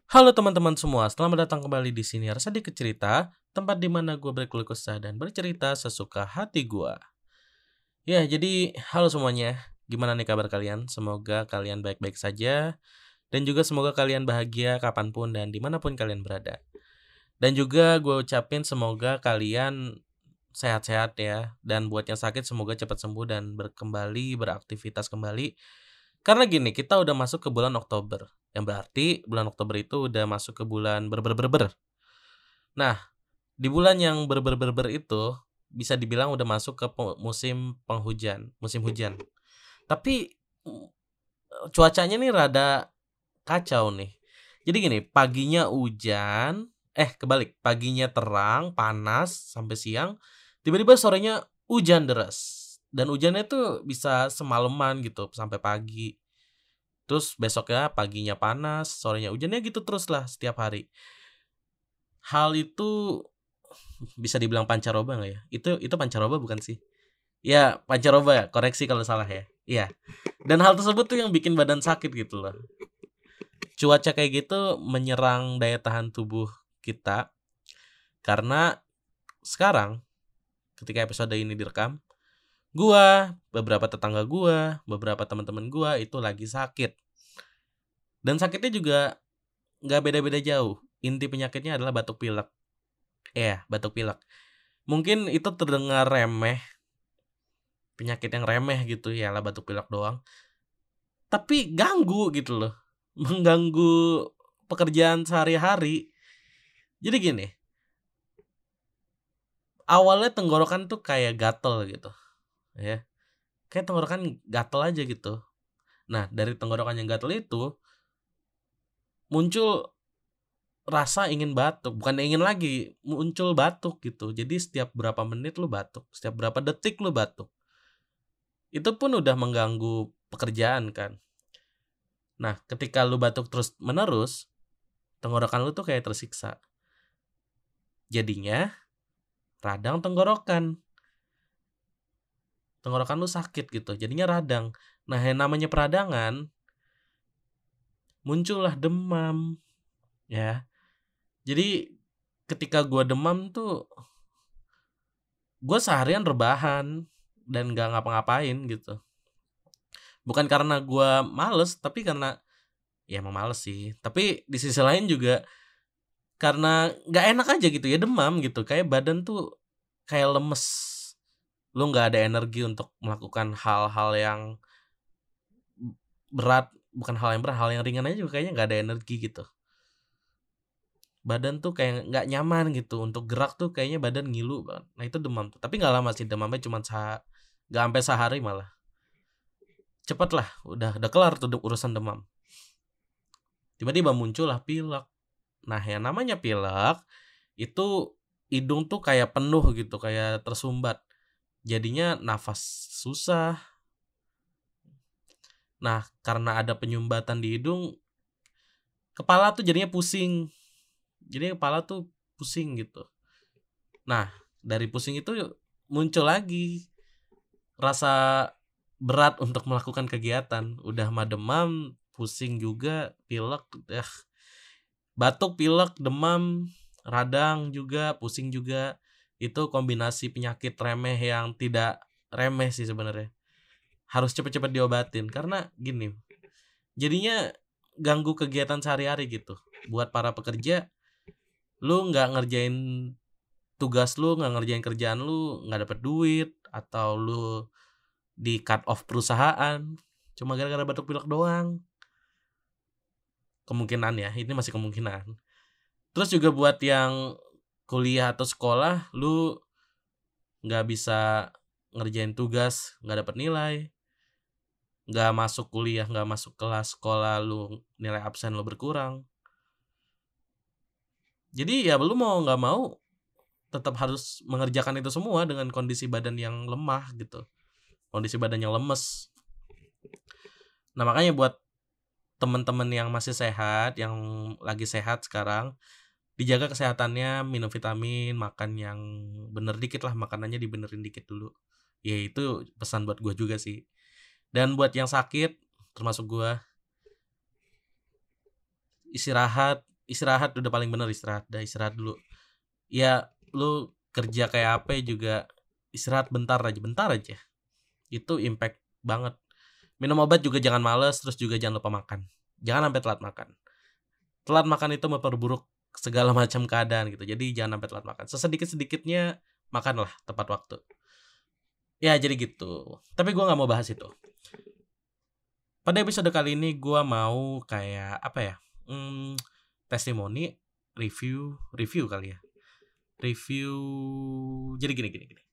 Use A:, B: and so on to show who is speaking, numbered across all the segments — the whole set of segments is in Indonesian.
A: Halo teman-teman semua, selamat datang kembali di sini Sedikit Cerita, tempat di mana gue berkeluh kesah dan bercerita sesuka hati gue. Ya, jadi halo semuanya, gimana nih kabar kalian? Semoga kalian baik-baik saja, dan juga semoga kalian bahagia kapanpun dan dimanapun kalian berada. Dan juga gue ucapin semoga kalian sehat-sehat ya, dan buat yang sakit semoga cepat sembuh dan berkembali beraktivitas kembali. Karena gini, kita udah masuk ke bulan Oktober, yang berarti bulan Oktober itu udah masuk ke bulan ber. Nah, di bulan yang ber itu bisa dibilang udah masuk ke musim penghujan, musim hujan. Tapi cuacanya nih rada kacau nih. Jadi gini, paginya hujan, kebalik, paginya terang, panas sampai siang, tiba-tiba sorenya hujan deras. Dan hujannya tuh bisa semalaman gitu sampai pagi. Terus besoknya paginya panas, sorenya hujannya gitu terus lah setiap hari. Hal itu bisa dibilang pancaroba nggak ya? Itu pancaroba bukan sih? Ya, pancaroba ya, koreksi kalau salah ya. Iya. Dan hal tersebut tuh yang bikin badan sakit gitu loh. Cuaca kayak gitu menyerang daya tahan tubuh kita karena sekarang ketika episode ini direkam, beberapa tetangga beberapa teman-teman gua itu lagi sakit. Dan sakitnya juga nggak beda-beda jauh. Inti penyakitnya adalah batuk pilek. Iya, batuk pilek. Mungkin itu terdengar remeh, penyakit yang remeh gitu ya lah batuk pilek doang. Tapi ganggu gitu loh. Mengganggu pekerjaan sehari-hari. Jadi gini, awalnya tenggorokan tuh kayak gatel gitu, ya. Kayak tenggorokan gatel aja gitu. Nah, dari tenggorokan yang gatel itu muncul rasa ingin batuk, bukan ingin lagi, muncul batuk gitu. Jadi setiap berapa menit lu batuk, setiap berapa detik lu batuk. Itu pun udah mengganggu pekerjaan kan. Nah, ketika lu batuk terus menerus, tenggorokan lu tuh kayak tersiksa. Jadinya radang tenggorokan. Tenggorokan lu sakit gitu, jadinya radang. Nah, yang namanya peradangan, muncullah demam, ya. Jadi ketika gua demam tuh, gua seharian rebahan dan gak ngapa-ngapain gitu. Bukan karena gua males, tapi karena ya emang males sih. Tapi di sisi lain juga karena gak enak aja gitu ya demam gitu. Kayak badan tuh kayak lemes. Lu gak ada energi untuk melakukan hal-hal yang berat, bukan hal yang berat, hal yang ringan aja juga kayaknya nggak ada energi gitu. Badan tuh kayak nggak nyaman gitu untuk gerak tuh kayaknya badan ngilu banget. Nah itu demam tuh. Tapi nggak lama sih demamnya cuma nggak sampai sehari malah. Cepet lah, udah kelar tuh urusan demam. Tiba-tiba muncullah pilek. Nah yang namanya pilek itu hidung tuh kayak penuh gitu, kayak tersumbat. Jadinya nafas susah. Nah karena ada penyumbatan di hidung, kepala tuh jadinya pusing. Jadi kepala tuh pusing gitu. Nah, dari pusing itu muncul lagi rasa berat untuk melakukan kegiatan. Udah mah demam, pusing juga, pilek, batuk, pilek, demam, radang juga, pusing juga. Itu kombinasi penyakit remeh yang tidak remeh sih sebenarnya. Harus cepet-cepet diobatin karena gini. Jadinya ganggu kegiatan sehari-hari gitu. Buat para pekerja, lu nggak ngerjain tugas lu, nggak ngerjain kerjaan lu, nggak dapet duit, atau lu di cut off perusahaan cuma gara-gara batuk pilek doang. Kemungkinan ya, ini masih kemungkinan. Terus juga buat yang kuliah atau sekolah, lu nggak bisa ngerjain tugas, nggak dapet nilai, nggak masuk kuliah, nggak masuk kelas sekolah, lu nilai absen lu berkurang. Jadi ya lu mau nggak mau tetap harus mengerjakan itu semua dengan kondisi badan yang lemah gitu, kondisi badan yang lemes. Nah makanya buat teman-teman yang masih sehat, yang lagi sehat sekarang, dijaga kesehatannya, minum vitamin, makan yang bener dikit lah, makanannya dibenerin dikit dulu. Ya itu pesan buat gue juga sih. Dan buat yang sakit, termasuk gue, istirahat, istirahat udah paling bener, istirahat dulu. Ya lu kerja kayak apa juga istirahat bentar aja. Itu impact banget. Minum obat juga jangan males, terus juga jangan lupa makan. Jangan sampai telat makan. Telat makan itu memperburuk segala macam keadaan gitu. Jadi jangan sampai telat makan. Sesedikit-sedikitnya makanlah tepat waktu. Ya jadi gitu. Tapi gue nggak mau bahas itu. Pada episode kali ini gue mau kayak apa ya? Testimoni, review kali ya. Review. Jadi gini.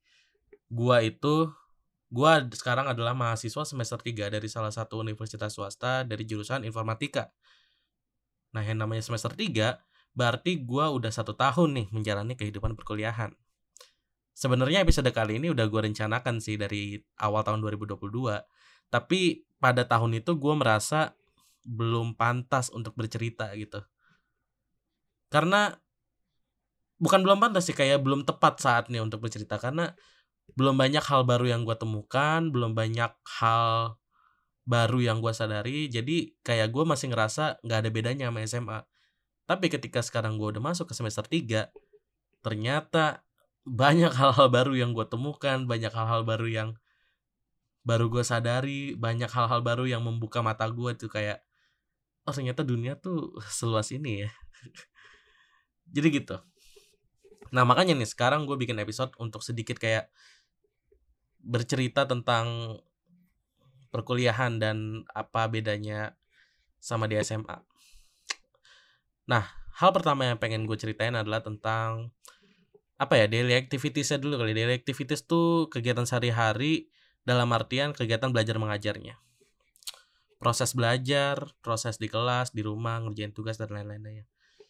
A: Gue sekarang adalah mahasiswa semester 3 dari salah satu universitas swasta dari jurusan informatika. Nah, yang namanya semester 3 berarti gue udah 1 tahun nih menjalani kehidupan perkuliahan. Sebenarnya episode kali ini udah gue rencanakan sih dari awal tahun 2022. Tapi pada tahun itu gue merasa belum pantas untuk bercerita gitu. Karena bukan belum pantas sih, kayak belum tepat saatnya untuk bercerita. Karena belum banyak hal baru yang gue temukan, belum banyak hal baru yang gue sadari. Jadi kayak gue masih ngerasa gak ada bedanya sama SMA. Tapi ketika sekarang gue udah masuk ke semester 3, ternyata banyak hal-hal baru yang gue temukan, banyak hal-hal baru yang baru gue sadari, banyak hal-hal baru yang membuka mata gue tuh kayak, oh ternyata dunia tuh seluas ini ya. Jadi gitu. Nah makanya nih sekarang gue bikin episode untuk sedikit kayak bercerita tentang perkuliahan dan apa bedanya sama di SMA. Nah hal pertama yang pengen gue ceritain adalah tentang apa ya, daily activities-nya dulu kali. Daily activities tuh kegiatan sehari-hari dalam artian kegiatan belajar mengajarnya. Proses belajar, proses di kelas, di rumah, ngerjain tugas dan lain-lainnya.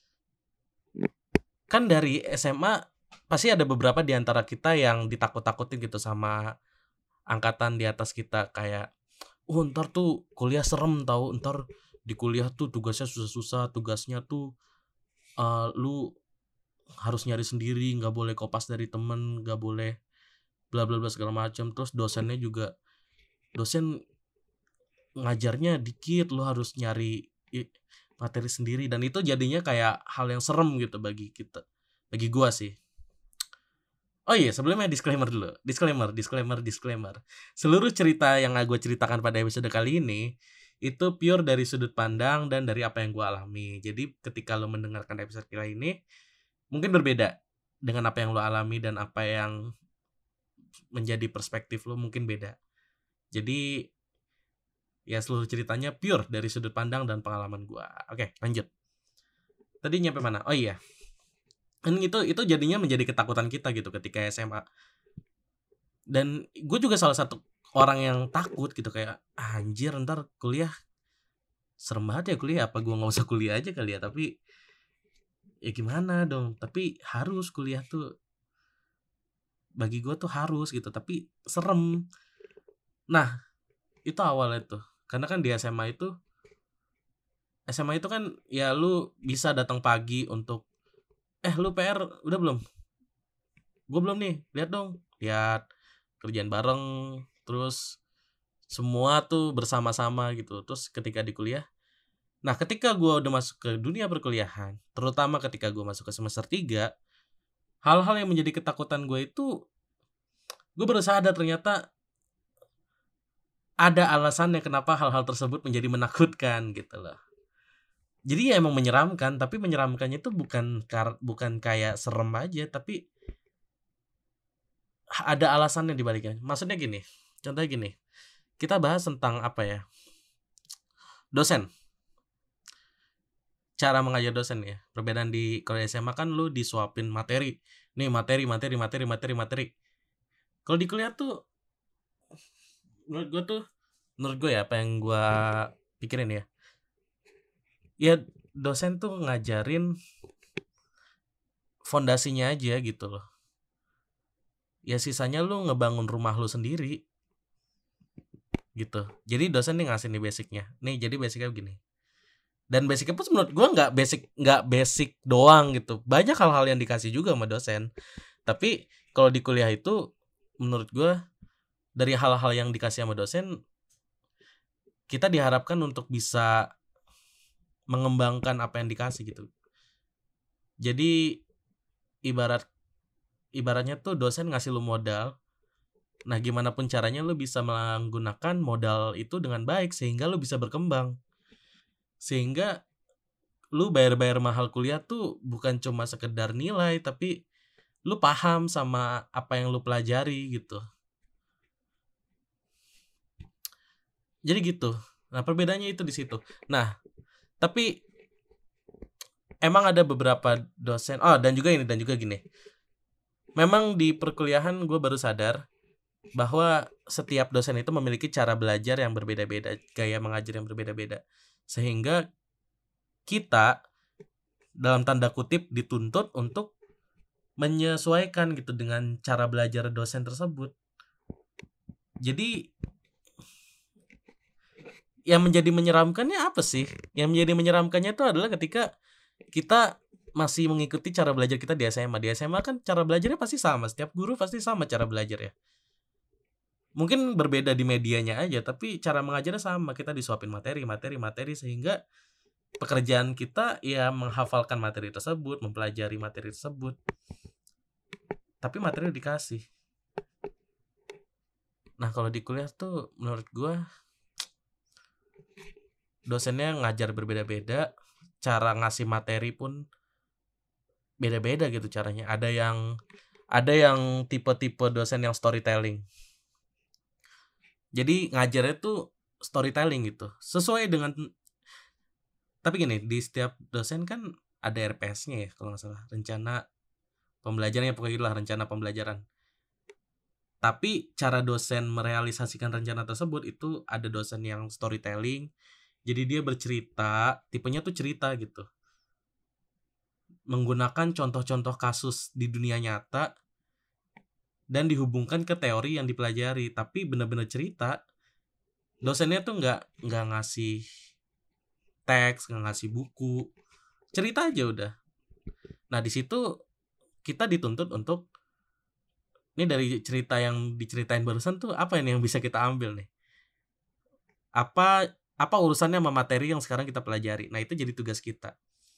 A: Kan dari SMA pasti ada beberapa di antara kita yang ditakut-takutin gitu sama angkatan di atas kita, kayak ntar tuh kuliah serem tau, ntar di kuliah tuh tugasnya susah-susah, tugasnya tuh lu harus nyari sendiri, nggak boleh kopas dari temen, nggak boleh bla bla bla segala macam. Terus dosennya juga, dosen ngajarnya dikit, lu harus nyari materi sendiri, dan itu jadinya kayak hal yang serem gitu bagi kita, bagi gua sih. Oh iya, sebelumnya disclaimer dulu. Disclaimer. Seluruh cerita yang gue ceritakan pada episode kali ini itu pure dari sudut pandang dan dari apa yang gue alami. Jadi ketika lo mendengarkan episode kali ini mungkin berbeda dengan apa yang lo alami, dan apa yang menjadi perspektif lo mungkin beda. Jadi ya seluruh ceritanya pure dari sudut pandang dan pengalaman gue. Oke, lanjut. Tadi nyampe mana? Oh iya. Dan itu jadinya menjadi ketakutan kita gitu ketika SMA. Dan gue juga salah satu orang yang takut gitu, kayak anjir ntar kuliah serem banget ya kuliah, apa gue nggak usah kuliah aja kali ya. Tapi ya gimana dong, tapi harus kuliah tuh, bagi gue tuh harus gitu, tapi serem. Nah itu awalnya tuh karena kan di SMA itu kan ya lu bisa datang pagi untuk lu PR udah belum, gue belum nih, lihat dong, lihat kerjaan bareng, terus semua tuh bersama-sama gitu. Terus ketika di kuliah, nah ketika gue udah masuk ke dunia perkuliahan, terutama ketika gue masuk ke semester 3, hal-hal yang menjadi ketakutan gue itu, gue baru sadar ternyata ada alasannya kenapa hal-hal tersebut menjadi menakutkan gitu loh. Jadi ya emang menyeramkan, tapi menyeramkannya itu bukan kayak serem aja, tapi ada alasannya di baliknya. Maksudnya gini, contohnya gini, kita bahas tentang apa ya, dosen, cara mengajar dosen ya. Perbedaan di kalau SMA kan lu disuapin materi, nih materi. Kalau di kuliah tuh menurut gue ya, apa yang gue pikirin ya dosen tuh ngajarin fondasinya aja gitu loh. Ya sisanya lu ngebangun rumah lu sendiri gitu. Jadi dosen nih ngasih nih basicnya. Nih jadi basicnya begini. Dan basicnya pun menurut gue nggak basic doang gitu. Banyak hal-hal yang dikasih juga sama dosen. Tapi kalau di kuliah itu menurut gue dari hal-hal yang dikasih sama dosen, kita diharapkan untuk bisa mengembangkan apa yang dikasih gitu. Jadi ibaratnya tuh dosen ngasih lu modal. Nah, gimana pun caranya lu bisa menggunakan modal itu dengan baik sehingga lu bisa berkembang. Sehingga lu bayar-bayar mahal kuliah tuh bukan cuma sekedar nilai, tapi lu paham sama apa yang lu pelajari gitu. Jadi gitu. Nah, perbedaannya itu di situ. Nah, tapi emang ada beberapa dosen. Oh, dan juga gini. Memang di perkuliahan gue baru sadar bahwa setiap dosen itu memiliki cara belajar yang berbeda-beda, gaya mengajar yang berbeda-beda. Sehingga kita dalam tanda kutip dituntut untuk menyesuaikan gitu dengan cara belajar dosen tersebut. Jadi yang menjadi menyeramkannya apa sih? Yang menjadi menyeramkannya itu adalah ketika kita masih mengikuti cara belajar kita di SMA. Di SMA kan cara belajarnya pasti sama, setiap guru pasti sama cara belajar ya. Mungkin berbeda di medianya aja, tapi cara mengajarnya sama. Kita disuapin materi sehingga pekerjaan kita ya menghafalkan materi tersebut, mempelajari materi tersebut. Tapi materi dikasih. Nah, kalau di kuliah tuh menurut gue dosennya ngajar berbeda-beda, cara ngasih materi pun beda-beda gitu caranya. Ada yang tipe-tipe dosen yang storytelling. Jadi ngajarnya tuh storytelling gitu. Sesuai dengan, tapi gini, di setiap dosen kan ada RPS-nya ya kalau nggak salah, rencana pembelajaran, ya pokoknya itulah rencana pembelajaran. Tapi cara dosen merealisasikan rencana tersebut itu ada dosen yang storytelling. Jadi dia bercerita, tipenya tuh cerita gitu. Menggunakan contoh-contoh kasus di dunia nyata dan dihubungkan ke teori yang dipelajari, tapi benar-benar cerita. Dosennya tuh nggak ngasih teks, nggak ngasih buku, cerita aja udah. Nah, di situ kita dituntut untuk, ini dari cerita yang diceritain barusan tuh apa ini yang bisa kita ambil nih? Apa urusannya sama materi yang sekarang kita pelajari? Nah, itu jadi tugas kita.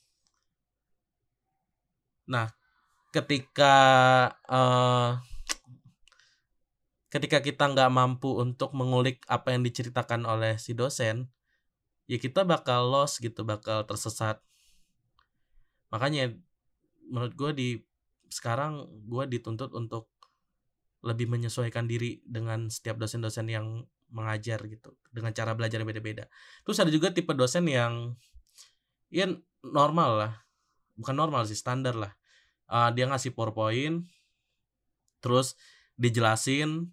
A: Nah, ketika kita nggak mampu untuk mengulik apa yang diceritakan oleh si dosen, ya kita bakal lost gitu, bakal tersesat. Makanya menurut gue sekarang gue dituntut untuk lebih menyesuaikan diri dengan setiap dosen-dosen yang mengajar gitu, dengan cara belajar yang beda-beda. Terus ada juga tipe dosen yang ya normal lah, bukan normal sih, standar lah. Dia ngasih PowerPoint, terus dijelasin.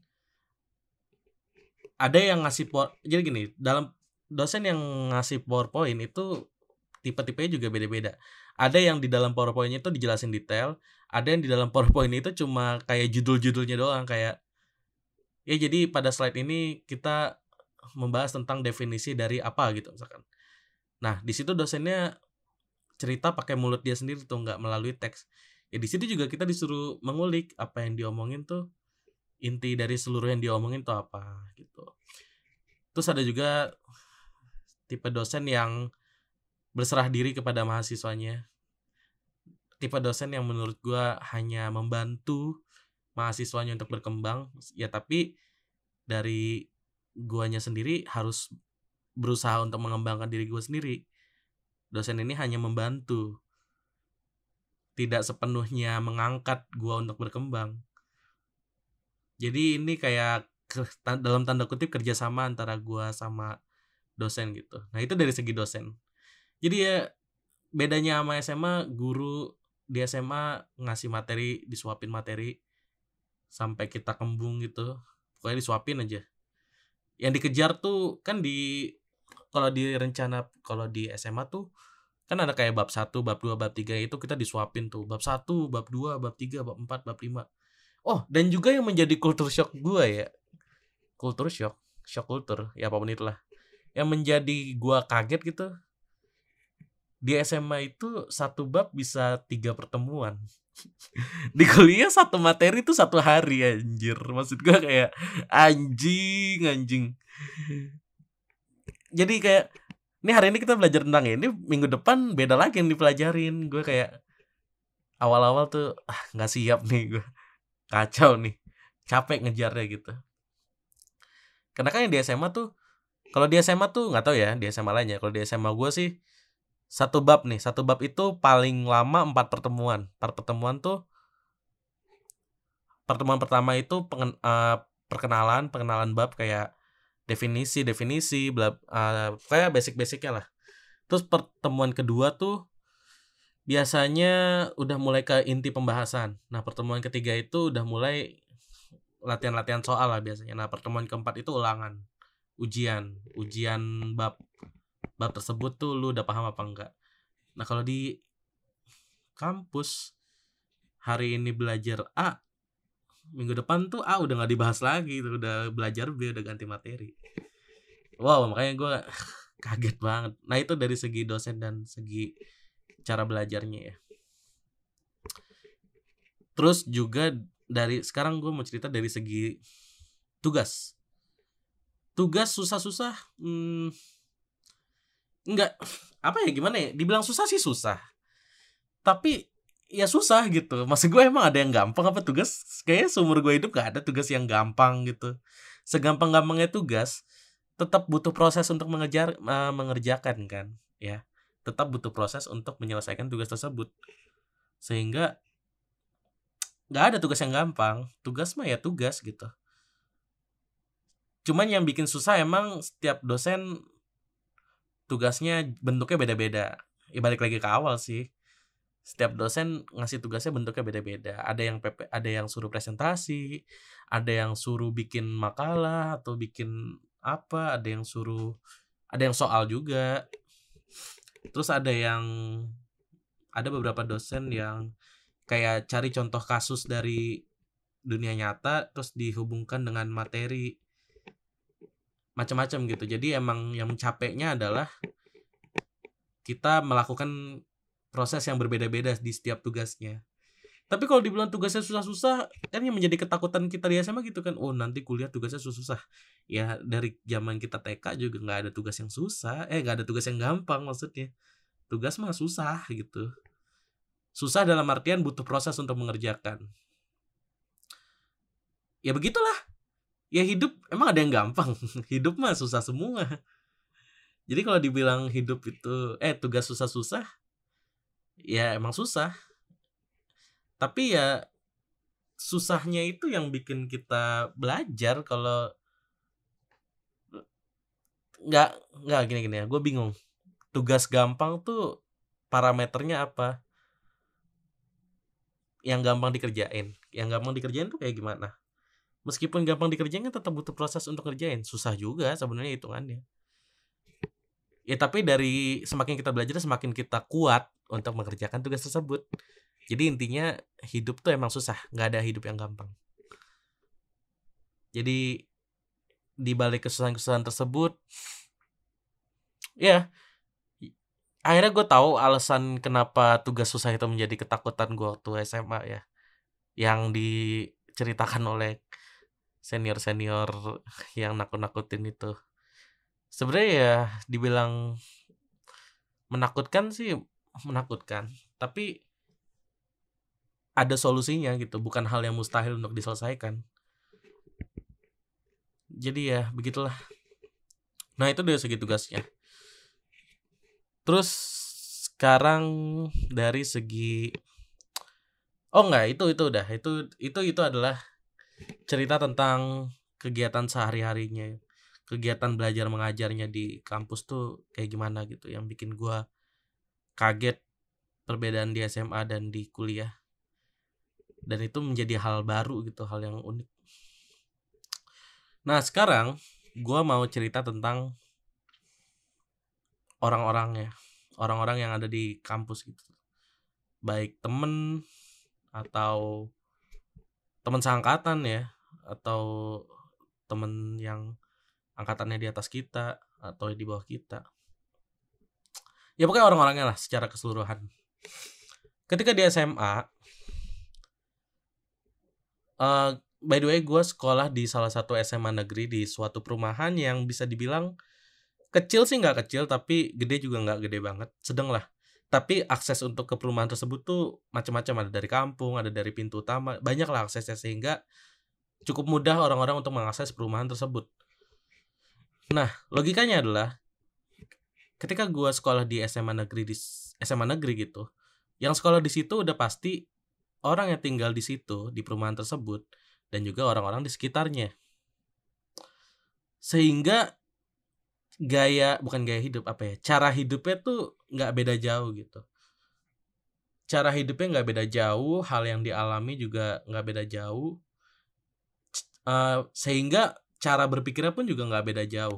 A: Ada yang ngasih jadi gini, dalam dosen yang ngasih PowerPoint itu tipe-tipenya juga beda-beda. Ada yang di dalam PowerPoint itu dijelasin detail, ada yang di dalam PowerPoint itu cuma kayak judul-judulnya doang, kayak ya jadi pada slide ini kita membahas tentang definisi dari apa gitu misalkan. Nah, di situ dosennya cerita pakai mulut dia sendiri tuh, nggak melalui teks. Ya di situ juga kita disuruh mengulik apa yang diomongin tuh, inti dari seluruh yang diomongin tuh apa gitu. Terus ada juga tipe dosen yang berserah diri kepada mahasiswanya. Tipe dosen yang menurut gue hanya membantu mahasiswanya untuk berkembang, ya tapi dari guanya sendiri harus berusaha untuk mengembangkan diri gue sendiri. Dosen ini hanya membantu, tidak sepenuhnya mengangkat gue untuk berkembang. Jadi ini kayak dalam tanda kutip kerjasama antara gue sama dosen gitu. Nah, itu dari segi dosen. Jadi ya bedanya sama SMA, guru di SMA ngasih materi, disuapin materi sampai kita kembung gitu. Pokoknya disuapin aja. Yang dikejar tuh kan kalau di SMA tuh kan ada kayak bab 1, bab 2, bab 3 itu kita disuapin tuh. Bab 1, bab 2, bab 3, bab 4, bab 5. Oh, dan juga yang menjadi culture shock gue ya. Culture shock, shock culture, ya apapun itulah. Yang menjadi gue kaget gitu, di SMA itu satu bab bisa 3 pertemuan. Di kuliah satu materi itu 1 hari, anjir. Maksud gue kayak anjing. Jadi kayak, ini hari ini kita belajar tentang ini, minggu depan beda lagi yang dipelajarin. Gue kayak, Awal-awal tuh nggak siap nih gue, kacau nih, capek ngejarnya gitu. Karena kan yang di SMA tuh, kalau di SMA tuh nggak tahu ya di SMA lainnya. Kalau di SMA gue sih satu bab itu paling lama 4 pertemuan. 4 pertemuan tuh, pertemuan pertama itu perkenalan bab kayak definisi kayak basic-basicnya lah. Terus pertemuan kedua tuh biasanya udah mulai ke inti pembahasan. Nah, pertemuan ketiga itu udah mulai latihan-latihan soal lah biasanya. Nah, pertemuan keempat itu ulangan, ujian bab bab tersebut tuh lu udah paham apa enggak. Nah, kalau di kampus hari ini belajar A, minggu depan tuh A udah nggak dibahas lagi, tuh udah belajar B, udah ganti materi. Wow, makanya gue kaget banget. Nah, itu dari segi dosen dan segi cara belajarnya ya. Terus juga sekarang gue mau cerita dari segi tugas. Tugas susah-susah, enggak, apa ya, gimana ya, dibilang susah sih susah, tapi ya susah gitu. Maksud gue, emang ada yang gampang apa tugas? Kayaknya seumur gue hidup gak ada tugas yang gampang gitu. Segampang-gampangnya tugas tetap butuh proses untuk mengerjakan kan ya, tetap butuh proses untuk menyelesaikan tugas tersebut. Sehingga nggak ada tugas yang gampang. Tugas mah ya tugas gitu. Cuman yang bikin susah emang setiap dosen tugasnya bentuknya beda-beda. Ya balik lagi ke awal sih. Setiap dosen ngasih tugasnya bentuknya beda-beda. Ada yang suruh presentasi, ada yang suruh bikin makalah atau bikin apa, ada yang soal juga. Terus ada beberapa dosen yang kayak cari contoh kasus dari dunia nyata terus dihubungkan dengan materi, macam-macam gitu. Jadi emang yang capeknya adalah kita melakukan proses yang berbeda-beda di setiap tugasnya. Tapi kalau dibilang tugasnya susah-susah, kan yang menjadi ketakutan kita di SMA gitu kan, oh nanti kuliah tugasnya susah-susah. Ya dari zaman kita TK juga nggak ada tugas yang susah, nggak ada tugas yang gampang maksudnya. Tugas mah susah gitu. Susah dalam artian butuh proses untuk mengerjakan. Ya begitulah. Ya hidup emang ada yang gampang. Hidup mah susah semua. Jadi kalau dibilang hidup itu tugas susah-susah, ya emang susah. Tapi ya susahnya itu yang bikin kita belajar. Kalau nggak gini ya, gue bingung. Tugas gampang tuh parameternya apa? Yang gampang dikerjain tuh kayak gimana? Meskipun gampang dikerjain kan tetap butuh proses untuk kerjain. Susah juga sebenarnya hitungannya. Ya tapi dari semakin kita belajar semakin kita kuat untuk mengerjakan tugas tersebut. Jadi intinya hidup tuh emang susah, nggak ada hidup yang gampang. Jadi di balik kesusahan-kesusahan tersebut, ya akhirnya gue tahu alasan kenapa tugas susah itu menjadi ketakutan gue waktu SMA ya, yang diceritakan oleh senior-senior yang nakut-nakutin itu. Sebenarnya ya dibilang menakutkan sih menakutkan, tapi ada solusinya gitu, bukan hal yang mustahil untuk diselesaikan. Jadi ya begitulah. Nah itu dari segi tugasnya. Terus sekarang dari segi itu adalah cerita tentang kegiatan sehari-harinya, kegiatan belajar mengajarnya di kampus tuh kayak gimana gitu, yang bikin gua kaget perbedaan di SMA dan di kuliah. Dan itu menjadi hal baru gitu, hal yang unik. Nah sekarang gue mau cerita tentang orang-orang yang ada di kampus gitu, baik temen atau teman seangkatan ya, atau temen yang angkatannya di atas kita atau di bawah kita. Ya pokoknya orang-orangnya lah secara keseluruhan. Ketika di SMA, by the way gue sekolah di salah satu SMA negeri di suatu perumahan yang bisa dibilang kecil sih nggak kecil, tapi gede juga nggak gede banget, sedang lah. Tapi akses untuk ke perumahan tersebut tuh macam-macam, ada dari kampung, ada dari pintu utama, banyaklah aksesnya sehingga cukup mudah orang-orang untuk mengakses perumahan tersebut. Nah, logikanya adalah ketika gua sekolah di SMA negeri gitu, yang sekolah di situ udah pasti orang yang tinggal di situ, di perumahan tersebut, dan juga orang-orang di sekitarnya. Sehingga bukan gaya hidup, cara hidupnya tuh nggak beda jauh gitu. Cara hidupnya nggak beda jauh, hal yang dialami juga nggak beda jauh, sehingga cara berpikirnya pun juga nggak beda jauh.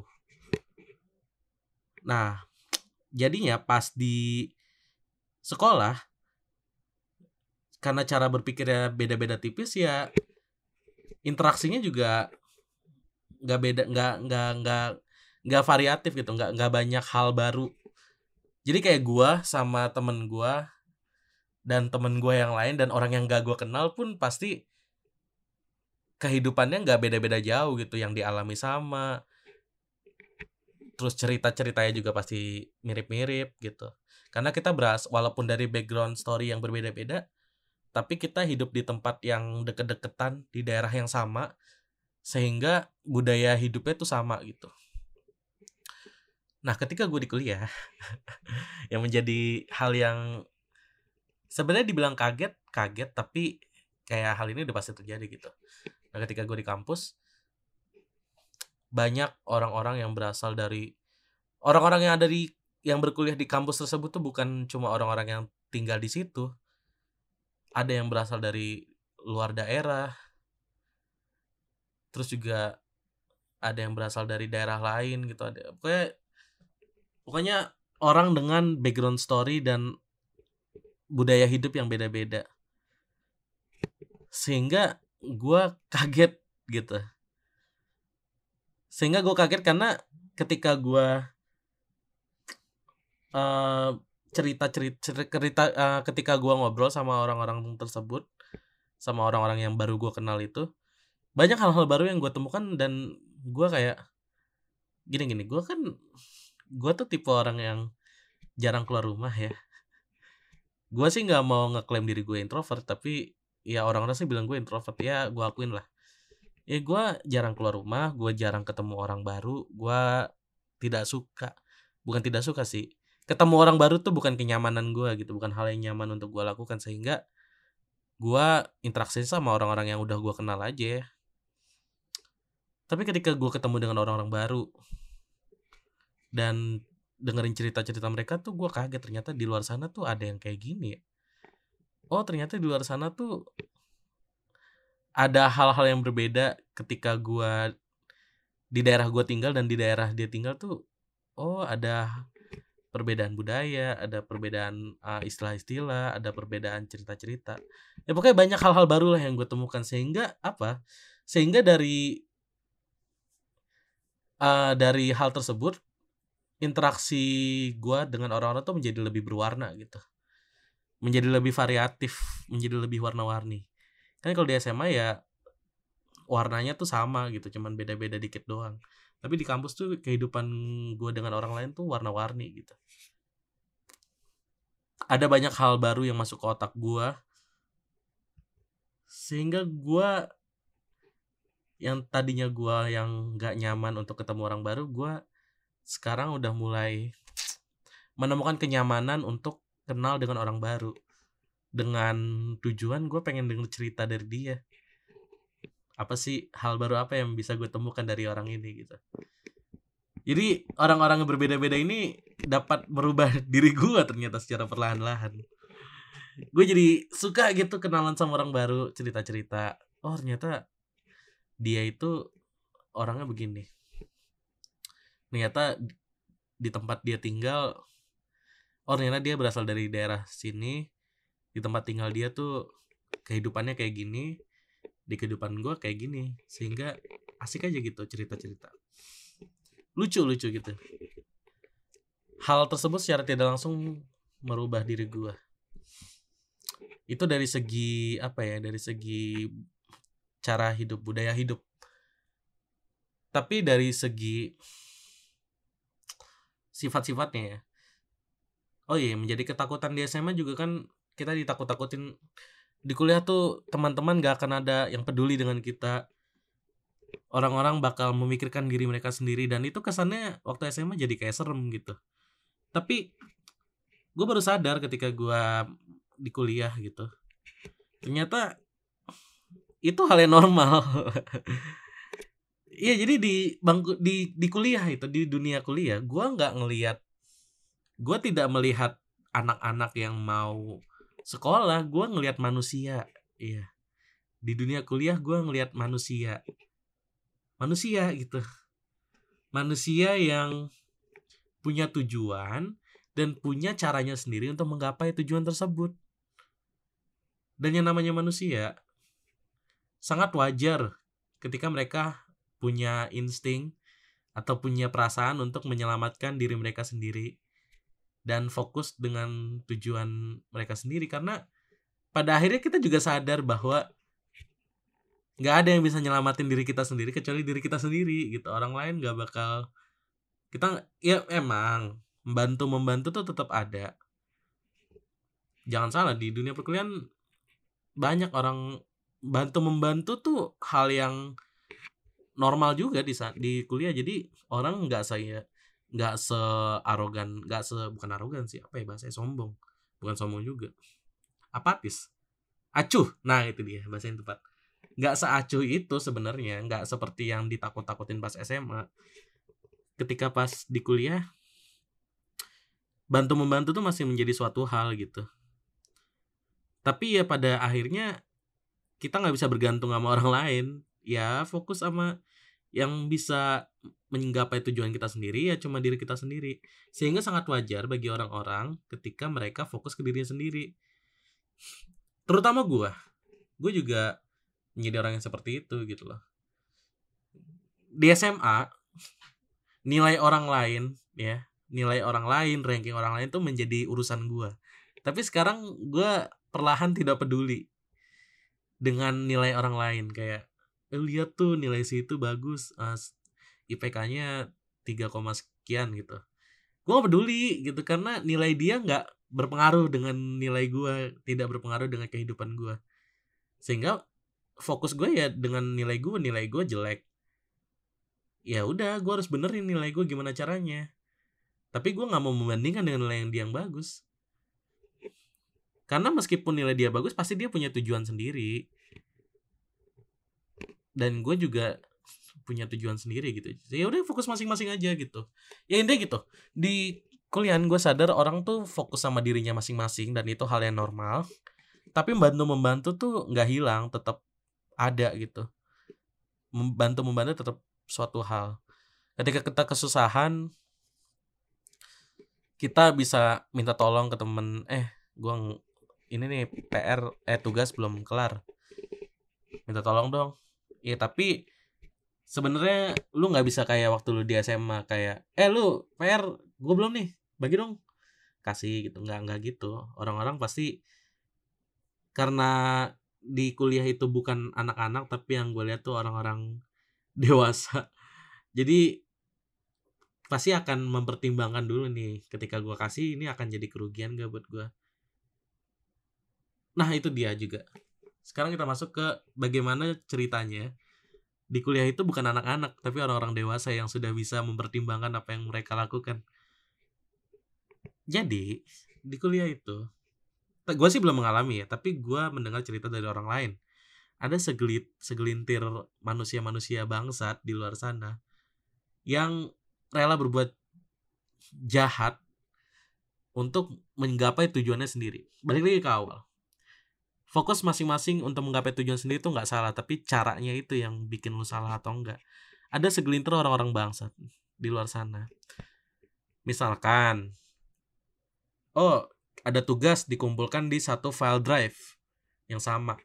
A: Nah, jadinya pas di sekolah, karena cara berpikirnya beda-beda tipis ya, interaksinya juga nggak beda, nggak variatif gitu, nggak banyak hal baru. Jadi kayak gua sama temen gua dan temen gua yang lain dan orang yang gak gua kenal pun pasti kehidupannya nggak beda-beda jauh gitu, yang dialami sama, terus cerita-ceritanya juga pasti mirip-mirip gitu. Karena kita walaupun dari background story yang berbeda-beda, tapi kita hidup di tempat yang deket-deketan, di daerah yang sama, sehingga budaya hidupnya tuh sama gitu. Nah, ketika gue di kuliah, yang menjadi hal yang sebenarnya dibilang kaget, tapi kayak hal ini udah pasti terjadi gitu. Nah, ketika gue di kampus, banyak orang-orang yang berasal dari orang-orang yang berkuliah di kampus tersebut tuh bukan cuma orang-orang yang tinggal di situ. Ada yang berasal dari luar daerah. Terus juga ada yang berasal dari daerah lain gitu. Pokoknya orang dengan background story dan budaya hidup yang beda-beda. Sehingga gue kaget gitu. Karena ketika gue ketika gue ngobrol sama orang-orang tersebut, sama orang-orang yang baru gue kenal itu, banyak hal-hal baru yang gue temukan dan gue kayak gini, gue tuh tipe orang yang jarang keluar rumah ya. Gue sih nggak mau ngeklaim diri gue introvert, tapi ya orang-orang sih bilang gue introvert, ya gue akuin lah. Ya gue jarang keluar rumah, gue jarang ketemu orang baru, gue bukan tidak suka sih. Ketemu orang baru tuh bukan kenyamanan gue gitu, bukan hal yang nyaman untuk gue lakukan, sehingga gue interaksi sama orang-orang yang udah gue kenal aja ya. Tapi ketika gue ketemu dengan orang-orang baru dan dengerin cerita-cerita mereka tuh gue kaget, ternyata di luar sana tuh ada yang kayak gini ya. Oh, ternyata di luar sana tuh ada hal-hal yang berbeda ketika gue di daerah gue tinggal dan di daerah dia tinggal tuh. Oh, ada perbedaan budaya, ada perbedaan istilah-istilah, ada perbedaan cerita-cerita. Ya pokoknya banyak hal-hal baru lah yang gue temukan, sehingga dari hal tersebut interaksi gue dengan orang-orang tuh menjadi lebih berwarna gitu, menjadi lebih variatif, menjadi lebih warna-warni. Kan kalau di SMA ya warnanya tuh sama gitu, cuman beda-beda dikit doang. Tapi di kampus tuh kehidupan gue dengan orang lain tuh warna-warni gitu. Ada banyak hal baru yang masuk ke otak gue, sehingga gue yang tadinya gue yang gak nyaman untuk ketemu orang baru, gue sekarang udah mulai menemukan kenyamanan untuk kenal dengan orang baru, dengan tujuan gue pengen denger cerita dari dia. Apa sih hal baru apa yang bisa gue temukan dari orang ini gitu. Jadi orang-orang yang berbeda-beda ini dapat merubah diri gue ternyata secara perlahan-lahan. Gue jadi suka gitu kenalan sama orang baru, cerita-cerita. Oh, ternyata dia itu orangnya begini. Ternyata di tempat dia tinggal, ternyata dia berasal dari daerah sini. Di tempat tinggal dia tuh kehidupannya kayak gini, di kehidupan gue kayak gini. Sehingga asik aja gitu cerita-cerita, lucu gitu. Hal tersebut secara tidak langsung merubah diri gue. Itu dari segi dari segi cara hidup, budaya hidup. Tapi dari segi sifat-sifatnya ya, Oh iya, menjadi ketakutan di SMA juga kan kita ditakut-takutin di kuliah tuh teman-teman gak akan ada yang peduli dengan kita. Orang-orang bakal memikirkan diri mereka sendiri dan itu kesannya waktu SMA jadi kayak serem gitu. Tapi gue baru sadar ketika gue di kuliah gitu. Ternyata itu hal yang normal. Iya, jadi di bangku di kuliah itu, di dunia kuliah, gue tidak melihat anak-anak yang mau sekolah, gue ngelihat manusia. Iya, di dunia kuliah gue ngelihat manusia gitu, manusia yang punya tujuan dan punya caranya sendiri untuk menggapai tujuan tersebut. Dan yang namanya manusia sangat wajar ketika mereka punya insting atau punya perasaan untuk menyelamatkan diri mereka sendiri dan fokus dengan tujuan mereka sendiri, karena pada akhirnya kita juga sadar bahwa nggak ada yang bisa nyelamatin diri kita sendiri kecuali diri kita sendiri gitu. Orang lain nggak bakal, kita ya emang membantu tuh tetap ada. Jangan salah, di dunia perkuliahan banyak orang bantu membantu tuh hal yang normal juga di kuliah. Jadi orang nggak searogan, bukan arogan sih, apa ya bahasanya, sombong, bukan sombong juga, apatis, acuh. Nah itu dia bahasa yang tepat. Nggak seacuh itu sebenarnya, nggak seperti yang ditakut-takutin pas SMA. Ketika pas di kuliah, bantu membantu tuh masih menjadi suatu hal gitu. Tapi ya pada akhirnya kita nggak bisa bergantung sama orang lain. Ya fokus sama yang bisa menggapai tujuan kita sendiri, ya cuma diri kita sendiri. Sehingga sangat wajar bagi orang-orang ketika mereka fokus ke dirinya sendiri. Terutama gue juga menjadi orang yang seperti itu gitu loh. Di SMA, nilai orang lain, ranking orang lain tuh menjadi urusan gue. Tapi sekarang gue perlahan tidak peduli dengan nilai orang lain. Kayak lihat tuh nilai si itu bagus, IPK-nya 3, sekian gitu. Gue gak peduli gitu, karena nilai dia gak berpengaruh dengan nilai gue, tidak berpengaruh dengan kehidupan gue. Sehingga fokus gue ya dengan nilai gue jelek, ya udah gue harus benerin nilai gue gimana caranya. Tapi gue gak mau membandingkan dengan nilai yang dia yang bagus, karena meskipun nilai dia bagus pasti dia punya tujuan sendiri, dan gue juga punya tujuan sendiri gitu. Ya udah fokus masing-masing aja gitu. Ya intinya gitu. Di kuliah gue sadar orang tuh fokus sama dirinya masing-masing dan itu hal yang normal. Tapi membantu tuh nggak hilang, tetap ada gitu. Membantu tetap suatu hal. Ketika kita kesusahan, kita bisa minta tolong ke temen, gue ini nih PR, tugas belum kelar, minta tolong dong. Ya tapi sebenarnya lu nggak bisa kayak waktu lu di SMA kayak lu PR gue belum nih, bagi dong, kasih gitu. Nggak gitu. Orang-orang pasti, karena di kuliah itu bukan anak-anak tapi yang gue lihat tuh orang-orang dewasa, jadi pasti akan mempertimbangkan dulu nih, ketika gue kasih ini akan jadi kerugian gak buat gue. Nah itu dia juga. Sekarang kita masuk ke bagaimana ceritanya di kuliah itu bukan anak-anak tapi orang-orang dewasa yang sudah bisa mempertimbangkan apa yang mereka lakukan. Jadi di kuliah itu, gue sih belum mengalami ya, tapi gue mendengar cerita dari orang lain. Ada segelintir manusia-manusia bangsat di luar sana yang rela berbuat jahat untuk menggapai tujuannya sendiri. Balik lagi ke awal, fokus masing-masing untuk menggapai tujuan sendiri itu nggak salah, tapi caranya itu yang bikin lu salah atau enggak. Ada segelintir orang-orang bangsat di luar sana. Misalkan, ada tugas dikumpulkan di satu file drive yang sama.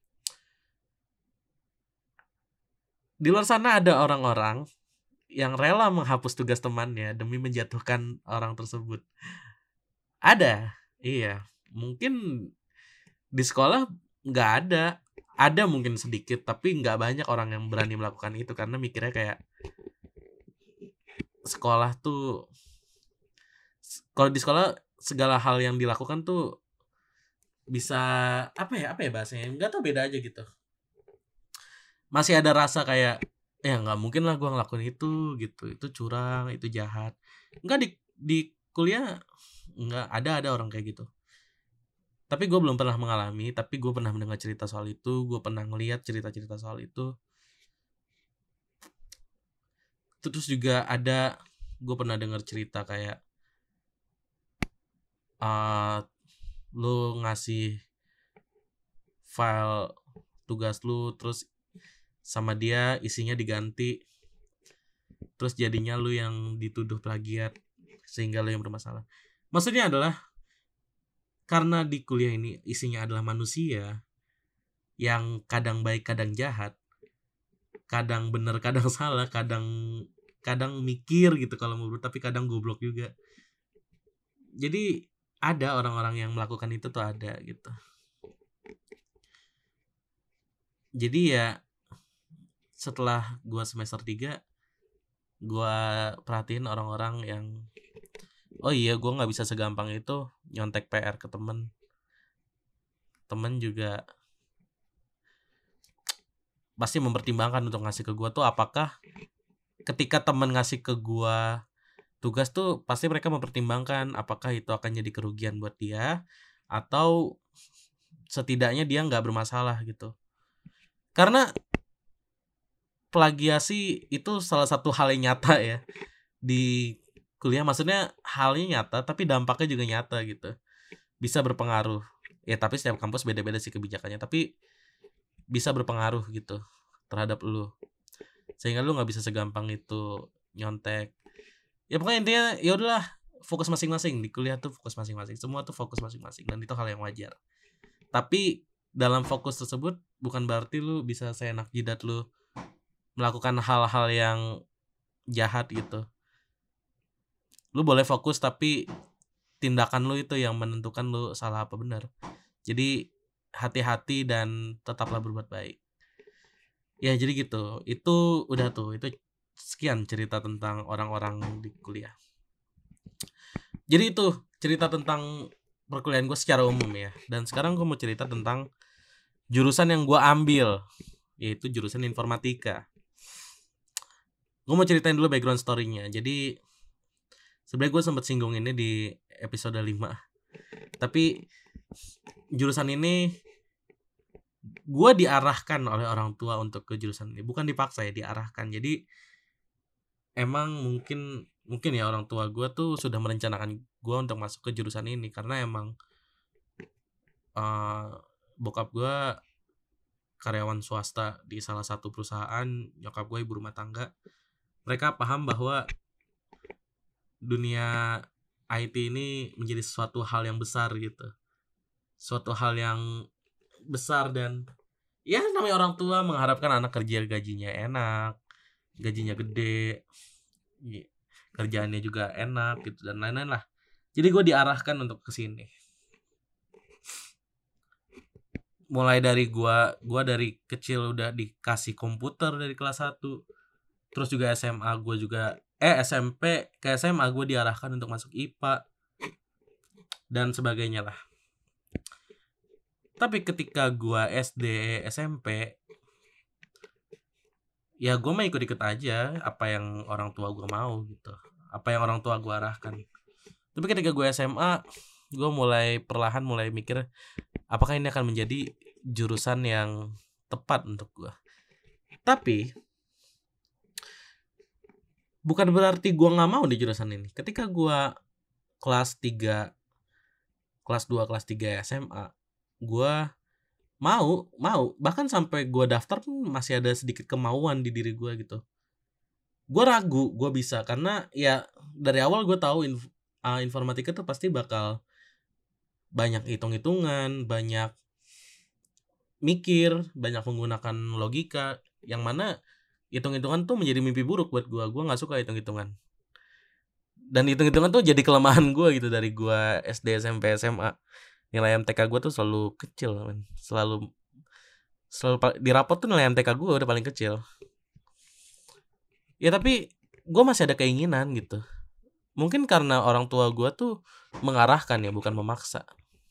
A: Di luar sana ada orang-orang yang rela menghapus tugas temannya demi menjatuhkan orang tersebut. Ada, iya. Mungkin di sekolah nggak ada mungkin sedikit, tapi nggak banyak orang yang berani melakukan itu karena mikirnya kayak sekolah tuh, kalau di sekolah segala hal yang dilakukan tuh bisa apa ya bahasanya, nggak tahu, beda aja gitu. Masih ada rasa kayak ya nggak mungkin lah gue ngelakuin itu gitu, itu curang, itu jahat. Nggak, di kuliah nggak ada orang kayak gitu. Tapi gue belum pernah mengalami, tapi gue pernah mendengar cerita soal itu, gue pernah ngeliat cerita-cerita soal itu. Terus juga ada, gue pernah dengar cerita kayak lu ngasih file tugas lu, terus sama dia isinya diganti, terus jadinya lu yang dituduh plagiat, sehingga lu yang bermasalah. Maksudnya adalah karena di kuliah ini isinya adalah manusia yang kadang baik kadang jahat, kadang bener kadang salah, kadang mikir gitu kalau mau, tapi kadang goblok juga. Jadi ada orang-orang yang melakukan itu tuh, ada gitu. Jadi ya setelah gua semester 3, gua perhatiin orang-orang yang oh iya, gua nggak bisa segampang itu nyontek PR ke temen juga pasti mempertimbangkan untuk ngasih ke gua tuh, apakah ketika temen ngasih ke gua tugas tuh pasti mereka mempertimbangkan apakah itu akan jadi kerugian buat dia atau setidaknya dia nggak bermasalah gitu. Karena plagiasi itu salah satu hal yang nyata ya di kuliah, maksudnya halnya nyata tapi dampaknya juga nyata gitu, bisa berpengaruh ya. Tapi setiap kampus beda-beda sih kebijakannya, tapi bisa berpengaruh gitu terhadap lu, sehingga lu nggak bisa segampang itu nyontek. Ya pokoknya intinya ya udahlah, fokus masing-masing di kuliah tuh, fokus masing-masing, semua tuh fokus masing-masing, dan itu hal yang wajar. Tapi dalam fokus tersebut bukan berarti lu bisa seenak jidat lu melakukan hal-hal yang jahat gitu. Lu boleh fokus tapi tindakan lu itu yang menentukan lu salah apa benar. Jadi hati-hati dan tetaplah berbuat baik. Ya jadi gitu. Itu udah tuh, itu sekian cerita tentang orang-orang di kuliah. Jadi itu cerita tentang perkuliahan gue secara umum ya. Dan sekarang gue mau cerita tentang jurusan yang gue ambil, yaitu jurusan informatika. Gue mau ceritain dulu background story-nya. Jadi sebenarnya gue sempat singgung ini di episode 5. Tapi jurusan ini gue diarahkan oleh orang tua untuk ke jurusan ini. Bukan dipaksa ya, diarahkan. Jadi emang mungkin ya orang tua gue tuh sudah merencanakan gue untuk masuk ke jurusan ini, karena emang bokap gue karyawan swasta di salah satu perusahaan, nyokap gue ibu rumah tangga. Mereka paham bahwa dunia IT ini menjadi suatu hal yang besar gitu, suatu hal yang besar, dan ya namanya orang tua mengharapkan anak kerja gajinya enak, gajinya gede, kerjaannya juga enak gitu, dan lain-lain lah. Jadi gue diarahkan untuk kesini. Mulai dari gue dari kecil udah dikasih komputer dari kelas 1. Terus juga SMA gue juga SMP ke SMA gue diarahkan untuk masuk IPA dan sebagainya lah. Tapi ketika gue SD SMP, ya gue mah ikut-ikut aja apa yang orang tua gue mau gitu, apa yang orang tua gue arahkan. Tapi ketika gue SMA, gue mulai perlahan mulai mikir apakah ini akan menjadi jurusan yang tepat untuk gue. Tapi bukan berarti gue gak mau di jurusan ini. Ketika gue kelas 3, kelas 2, kelas 3 SMA, gue mau. Bahkan sampai gue daftar pun masih ada sedikit kemauan di diri gue gitu. Gue ragu gue bisa, karena ya dari awal gue tahu informatika tuh pasti bakal banyak hitung-hitungan, banyak mikir, banyak menggunakan logika, yang mana hitung-hitungan tuh menjadi mimpi buruk buat gue. Gue nggak suka hitung-hitungan. Dan hitung-hitungan tuh jadi kelemahan gue gitu dari gue SD, SMP, SMA. Nilai MTK gue tuh selalu kecil, man. Selalu di rapot tuh nilai MTK gue udah paling kecil. Ya tapi gue masih ada keinginan gitu, Mungkin karena orang tua gue tuh mengarahkan ya, bukan memaksa.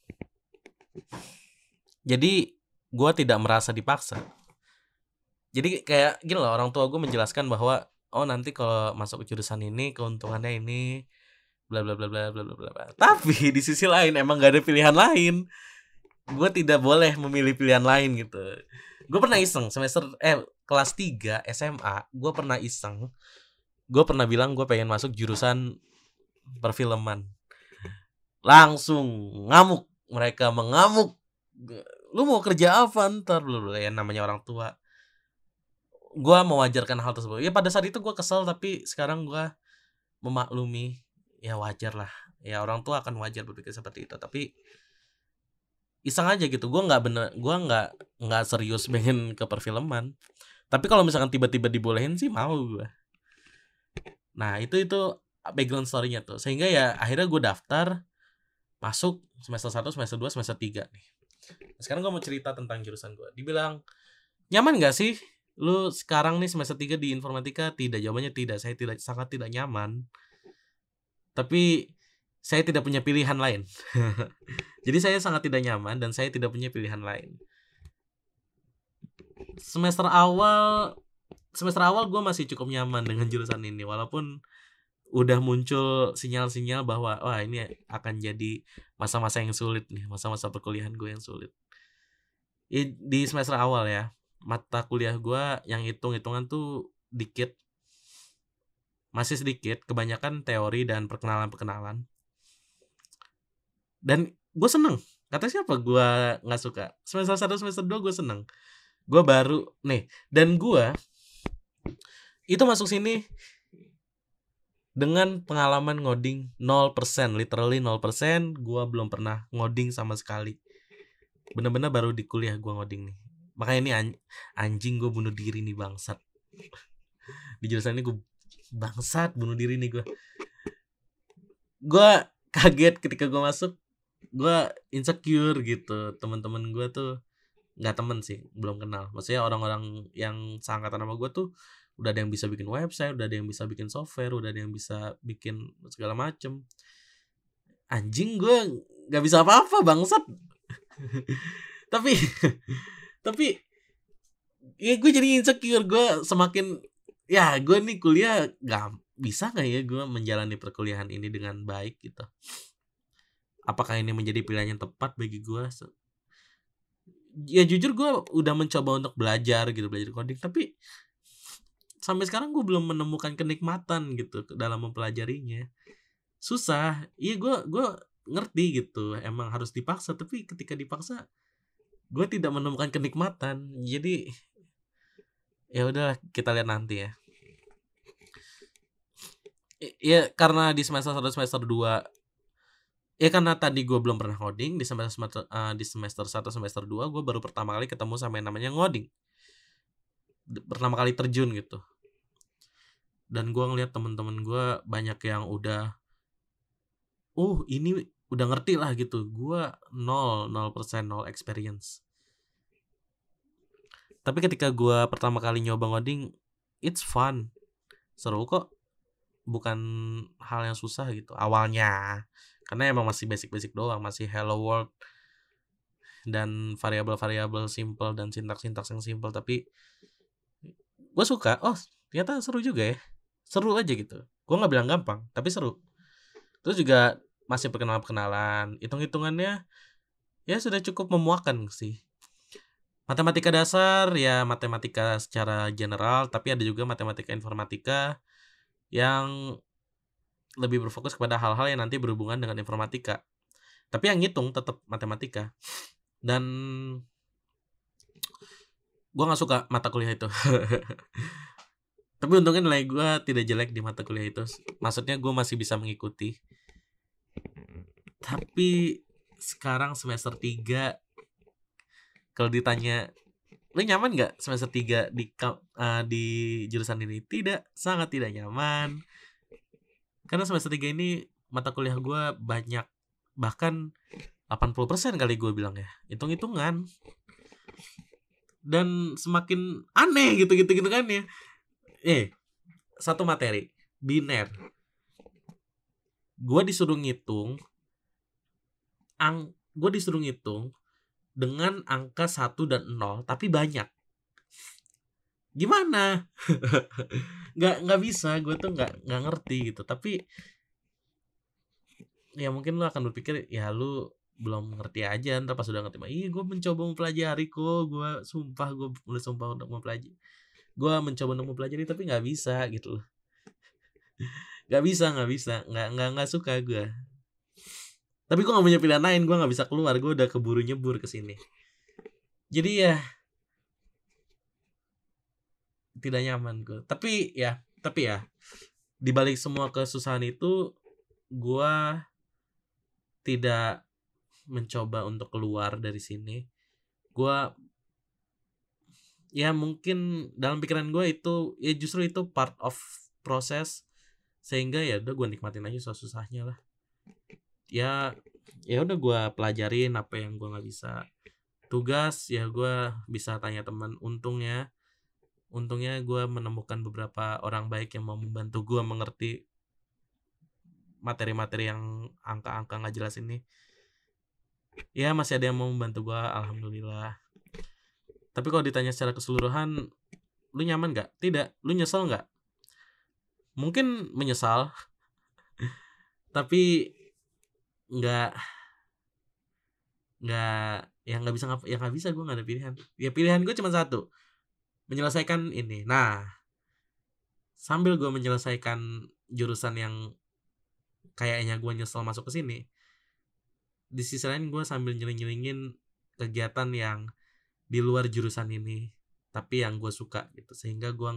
A: Jadi gue tidak merasa dipaksa. Jadi kayak gini loh, orang tua gue menjelaskan bahwa oh nanti kalau masuk jurusan ini keuntungannya ini bla bla bla bla bla bla bla. Tapi di sisi lain emang gak ada pilihan lain. Gue tidak boleh memilih pilihan lain gitu. Gue pernah iseng kelas 3 SMA, gue pernah iseng. Gue pernah bilang gue pengen masuk jurusan perfilman. Langsung ngamuk, mereka mengamuk. Lu mau kerja apa ntar? Ya namanya orang tua. Gue mewajarkan hal tersebut. Ya pada saat itu gue kesel, tapi sekarang gue memaklumi. Ya wajar lah. Ya orang tua akan wajar berpikir seperti itu. Tapi iseng aja gitu. Gue nggak serius pengen ke perfilman. Tapi kalau misalkan tiba-tiba dibolehin sih mau gue. Nah itu background story-nya tuh. Sehingga ya akhirnya gue daftar, masuk semester 1, semester 2, semester 3 nih. Sekarang gue mau cerita tentang jurusan gue. Dibilang nyaman gak sih lu sekarang nih semester 3 di informatika? Tidak, jawabannya tidak. Saya sangat tidak nyaman. Tapi saya tidak punya pilihan lain. Jadi saya sangat tidak nyaman dan saya tidak punya pilihan lain. Semester awal gue masih cukup nyaman dengan jurusan ini, walaupun udah muncul sinyal-sinyal bahwa wah ini akan jadi masa-masa yang sulit nih, masa-masa perkuliahan gue yang sulit. Di semester awal ya, mata kuliah gue yang hitung-hitungan tuh dikit, masih sedikit, kebanyakan teori dan perkenalan. Dan gue seneng. Kata siapa gue nggak suka? Semester 1, semester 2 gue seneng. Gue baru nih, dan gue itu masuk sini dengan pengalaman ngoding 0%, literally 0%. Gue belum pernah ngoding sama sekali. Bener-bener baru di kuliah gue ngoding nih. Makanya ini anjing gue bunuh diri nih, bangsat. Di jurusan ini gue bangsat, bunuh diri nih gue. Gue kaget ketika gue masuk. Gue insecure gitu. Teman-teman gue tuh nggak temen sih, belum kenal. Maksudnya orang-orang yang seangkatan sama gue tuh udah ada yang bisa bikin website, udah ada yang bisa bikin software, udah ada yang bisa bikin segala macem. Anjing, gue nggak bisa apa-apa, bangsat. tapi ya gue jadi insecure. Gue semakin ya gue nih kuliah nggak bisa nggak ya gue menjalani perkuliahan ini dengan baik gitu. Apakah ini menjadi pilihan yang tepat bagi gue? Ya jujur gue udah mencoba untuk belajar coding, tapi sampai sekarang gue belum menemukan kenikmatan gitu dalam mempelajarinya. Susah. Iya, gue ngerti gitu, emang harus dipaksa, tapi ketika dipaksa gue tidak menemukan kenikmatan. Jadi ya udah, kita lihat nanti ya. Ya karena di semester 1, semester 2 ya, karena tadi gue belum pernah ngoding. Di semester 1, semester 2 gue baru pertama kali ketemu sama yang namanya ngoding, pertama kali terjun gitu. Dan gue ngeliat temen-temen gue banyak yang udah ini udah ngerti lah gitu. Gue 0% experience. Tapi ketika gue pertama kali nyoba ngoding, it's fun, seru kok, bukan hal yang susah gitu awalnya. Karena emang masih basic doang, masih hello world dan variabel-variabel simple dan sintaks-sintaks yang simple. Tapi gue suka. Oh ternyata seru juga ya, seru aja gitu. Gue nggak bilang gampang, tapi seru. Terus juga masih perkenalan, hitung-hitungannya ya sudah cukup memuakan sih. Matematika dasar ya matematika secara general, tapi ada juga matematika informatika yang lebih berfokus kepada hal-hal yang nanti berhubungan dengan informatika. Tapi yang ngitung tetap matematika. Dan gue gak suka mata kuliah itu. Tapi untungnya nilai gue tidak jelek di mata kuliah itu. Maksudnya gue masih bisa mengikuti. Tapi sekarang semester 3, kalau ditanya lu nyaman gak semester 3 di jurusan ini? Tidak, sangat tidak nyaman. Karena semester 3 ini mata kuliah gue banyak, bahkan 80% kali gue bilang ya, hitung-hitungan. Dan semakin aneh gitu kan ya. Satu materi biner. gue disuruh ngitung gue disuruh ngitung dengan angka 1 dan 0 tapi banyak. Gimana? nggak bisa, gue tuh nggak ngerti gitu. Tapi ya mungkin lu akan berpikir ya lu belum ngerti aja, ntar pas udah ngerti mah gue mencoba mempelajari kok, gue sumpah gue mulai sumpah untuk mempelajari, gue mencoba untuk mempelajari tapi nggak bisa gitu loh. nggak bisa nggak suka gue. Tapi gue nggak punya pilihan lain, gue nggak bisa keluar, gue udah keburu nyebur ke sini. Jadi ya tidak nyaman gue. Tapi ya di balik semua kesusahan itu gue tidak mencoba untuk keluar dari sini. Gue ya mungkin dalam pikiran gue itu ya justru itu part of proses, sehingga ya udah gue nikmatin aja susah-susahnya lah. Ya udah gue pelajarin apa yang gue nggak bisa. Tugas ya gue bisa tanya teman. Untungnya gue menemukan beberapa orang baik yang mau membantu gue mengerti materi-materi yang angka-angka nggak jelas ini. Ya masih ada yang mau membantu gue, alhamdulillah. Tapi kalau ditanya secara keseluruhan, lu nyaman nggak? Tidak. Lu nyesel nggak? Mungkin menyesal, tapi nggak ya nggak bisa, gue nggak ada pilihan. Ya pilihan gue cuma satu, menyelesaikan ini. Nah, sambil gue menyelesaikan jurusan yang kayaknya gue nyesel masuk ke sini, di sisi lain gue sambil nyeling-nyelingin kegiatan yang di luar jurusan ini tapi yang gue suka gitu, sehingga gue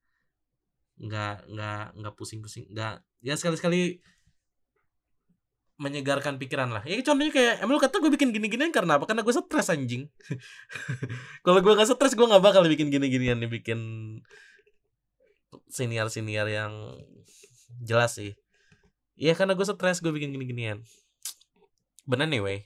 A: nggak pusing-pusing, nggak ya sekali-sekali menyegarkan pikiran lah. Ya contohnya kayak emang lu kata gue bikin gini-ginian karena apa? Karena gue stres anjing. Kalau gue nggak stres gue nggak bakal bikin gini-ginian nih, bikin senior yang jelas sih. Iya karena gue stres gue bikin gini-ginian. Bener anyway.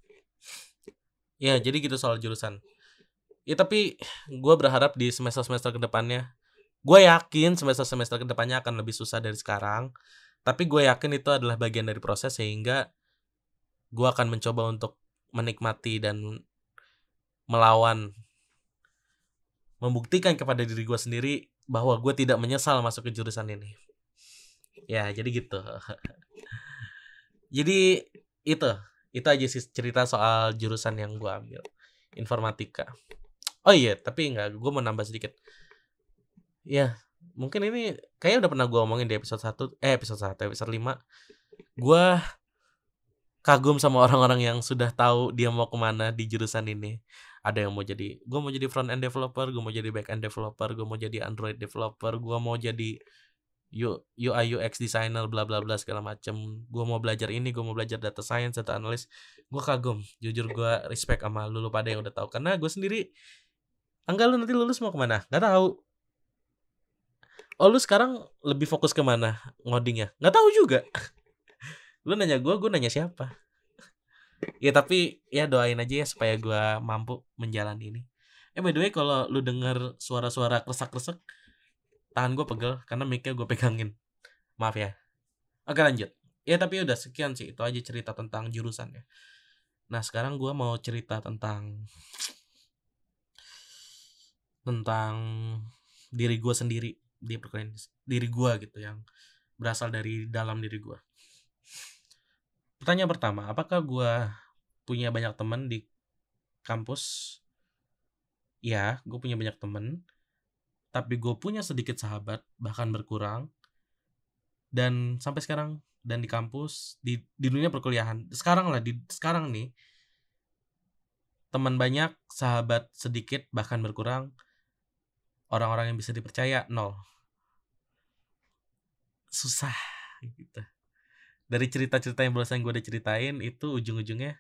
A: Ya jadi gitu soal jurusan. Ya tapi gue berharap di semester-semester kedepannya, gue yakin semester-semester kedepannya akan lebih susah dari sekarang. Tapi gue yakin itu adalah bagian dari proses, sehingga gue akan mencoba untuk menikmati dan melawan, membuktikan kepada diri gue sendiri bahwa gue tidak menyesal masuk ke jurusan ini. Ya jadi gitu. Jadi itu aja sih cerita soal jurusan yang gue ambil, informatika. Oh iya, tapi enggak, gue mau nambah sedikit. Ya, mungkin ini kayaknya udah pernah gue omongin di episode 5. Gue kagum sama orang-orang yang sudah tahu dia mau kemana di jurusan ini. Ada yang gue mau jadi front end developer, gue mau jadi back end developer, gue mau jadi Android developer, gue mau jadi UI UX designer, bla bla bla segala macem. Gue mau belajar ini, gue mau belajar data science, data analyst. Gue kagum, jujur gue respect sama lu pada yang udah tahu. Karena gue sendiri, Angga, lu nanti lulus mau kemana? Gak tahu. Oh lu sekarang lebih fokus kemana ngodingnya? Gak tahu juga. Lu nanya gue nanya siapa? Ya tapi ya doain aja ya supaya gue mampu menjalani ini. By the way, kalau lu denger suara-suara kresek-kresek, tangan gue pegel karena mic-nya gue pegangin. Maaf ya. Oke lanjut. Ya tapi udah sekian sih, itu aja cerita tentang jurusannya. Nah sekarang gue mau cerita tentang diri gue sendiri di perkuliahan, diri gue gitu, yang berasal dari dalam diri gue. Pertanyaan pertama, apakah gue punya banyak teman di kampus? Ya, gue punya banyak teman, tapi gue punya sedikit sahabat, bahkan berkurang. Dan sampai sekarang, dan di kampus, di dunia perkuliahan sekarang nih, teman banyak, sahabat sedikit, bahkan berkurang. Orang-orang yang bisa dipercaya 0. Susah gitu. Dari cerita-cerita yang barusan gue udah ceritain, itu ujung-ujungnya